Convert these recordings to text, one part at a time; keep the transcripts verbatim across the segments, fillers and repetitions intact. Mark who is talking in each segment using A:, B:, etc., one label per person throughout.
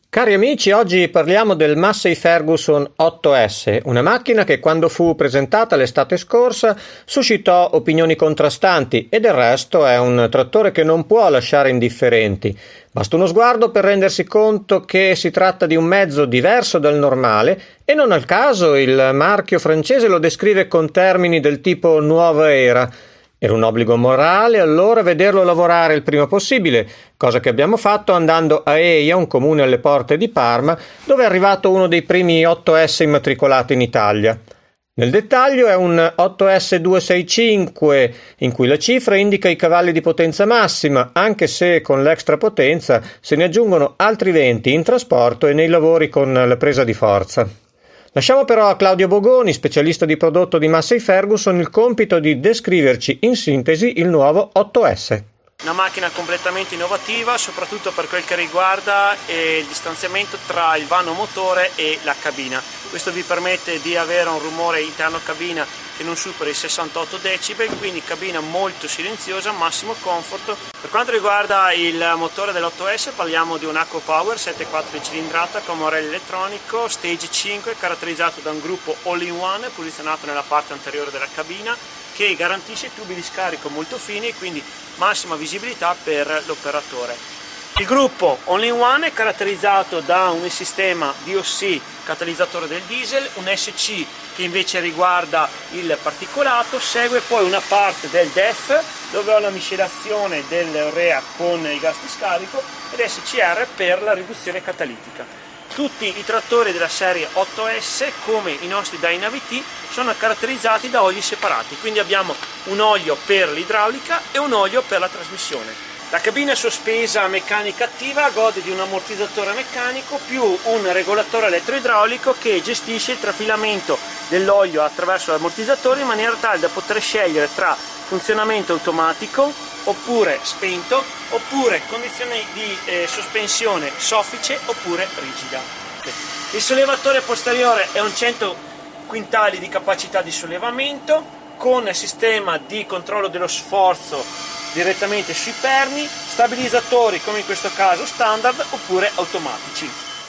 A: Cari amici, oggi parliamo del Massey Ferguson otto S, una macchina che quando fu presentata l'estate scorsa suscitò opinioni contrastanti e del resto è un trattore che non può lasciare indifferenti. Basta uno sguardo per rendersi conto che si tratta di un mezzo diverso dal normale e non al caso il marchio francese lo descrive con termini del tipo nuova era. Era un obbligo morale allora vederlo lavorare il prima possibile, cosa che abbiamo fatto andando a Eia, un comune alle porte di Parma, dove è arrivato uno dei primi otto S immatricolati in Italia. Nel dettaglio è un otto S duecentosessantacinque, in cui la cifra indica i cavalli di potenza massima, anche se con l'extra potenza se ne aggiungono altri venti in trasporto e nei lavori con la presa di forza. Lasciamo però a Claudio Bogoni, specialista di prodotto di Massey Ferguson, il compito di descriverci in sintesi il nuovo otto S.
B: Una macchina completamente innovativa, soprattutto per quel che riguarda eh, il distanziamento tra il vano motore e la cabina. Questo vi permette di avere un rumore interno cabina che non superi i sessantotto decibel, quindi cabina molto silenziosa, massimo comfort. Per quanto riguarda il motore dell'otto S parliamo di un Aqua Power sette virgola quattro di cilindrata con morello elettronico, stage cinque, caratterizzato da un gruppo all-in-one posizionato nella parte anteriore della cabina, che garantisce tubi di scarico molto fini e quindi massima visibilità per l'operatore. Il gruppo all-in-one è caratterizzato da un sistema D O C catalizzatore del diesel, un S C che invece riguarda il particolato, segue poi una parte del D E F dove ho la miscelazione dell'urea con i gas di scarico ed S C R per la riduzione catalitica. Tutti i trattori della serie otto S, come i nostri Dynavit, sono caratterizzati da oli separati, quindi abbiamo un olio per l'idraulica e un olio per la trasmissione. La cabina sospesa meccanica attiva gode di un ammortizzatore meccanico più un regolatore elettroidraulico che gestisce il trafilamento dell'olio attraverso l'ammortizzatore in maniera tale da poter scegliere tra funzionamento automatico oppure spento, oppure condizioni di eh, sospensione soffice oppure rigida. Il sollevatore posteriore è un cento quintali di capacità di sollevamento con sistema di controllo dello sforzo direttamente sui perni, stabilizzatori come in questo caso standard oppure automatici.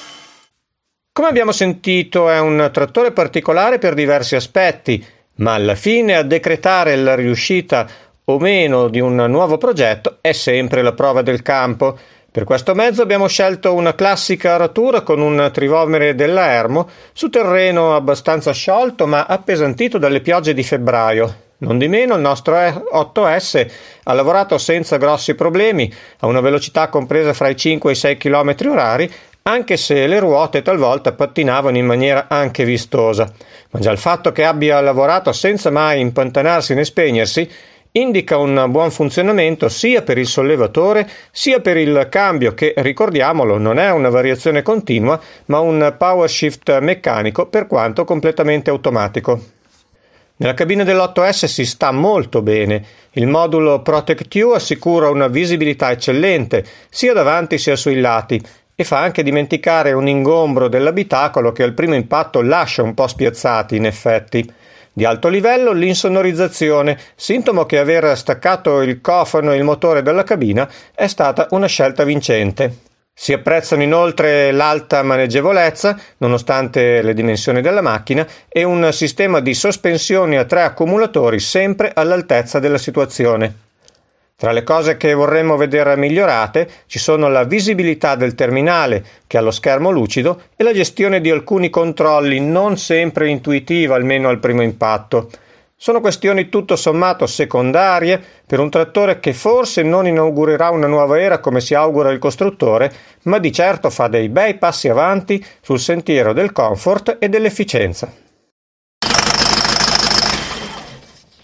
A: Come abbiamo sentito è un trattore particolare per diversi aspetti, ma alla fine a decretare la riuscita o meno di un nuovo progetto è sempre la prova del campo. Per questo mezzo abbiamo scelto una classica aratura con un trivomere della Ermo su terreno abbastanza sciolto ma appesantito dalle piogge di febbraio. Non di meno il nostro otto S ha lavorato senza grossi problemi, a una velocità compresa fra i cinque e i sei chilometri orari, anche se le ruote talvolta pattinavano in maniera anche vistosa. Ma già il fatto che abbia lavorato senza mai impantanarsi né spegnersi indica un buon funzionamento sia per il sollevatore sia per il cambio che, ricordiamolo, non è una variazione continua ma un power shift meccanico per quanto completamente automatico. Nella cabina dell'otto S si sta molto bene. Il modulo Protect You assicura una visibilità eccellente sia davanti sia sui lati e fa anche dimenticare un ingombro dell'abitacolo che al primo impatto lascia un po' spiazzati in effetti. Di alto livello l'insonorizzazione, sintomo che aver staccato il cofano e il motore dalla cabina è stata una scelta vincente. Si apprezzano inoltre l'alta maneggevolezza, nonostante le dimensioni della macchina, e un sistema di sospensioni a tre accumulatori sempre all'altezza della situazione. Tra le cose che vorremmo vedere migliorate ci sono la visibilità del terminale, che ha lo schermo lucido, e la gestione di alcuni controlli non sempre intuitiva, almeno al primo impatto. Sono questioni tutto sommato secondarie per un trattore che forse non inaugurerà una nuova era come si augura il costruttore, ma di certo fa dei bei passi avanti sul sentiero del comfort e dell'efficienza.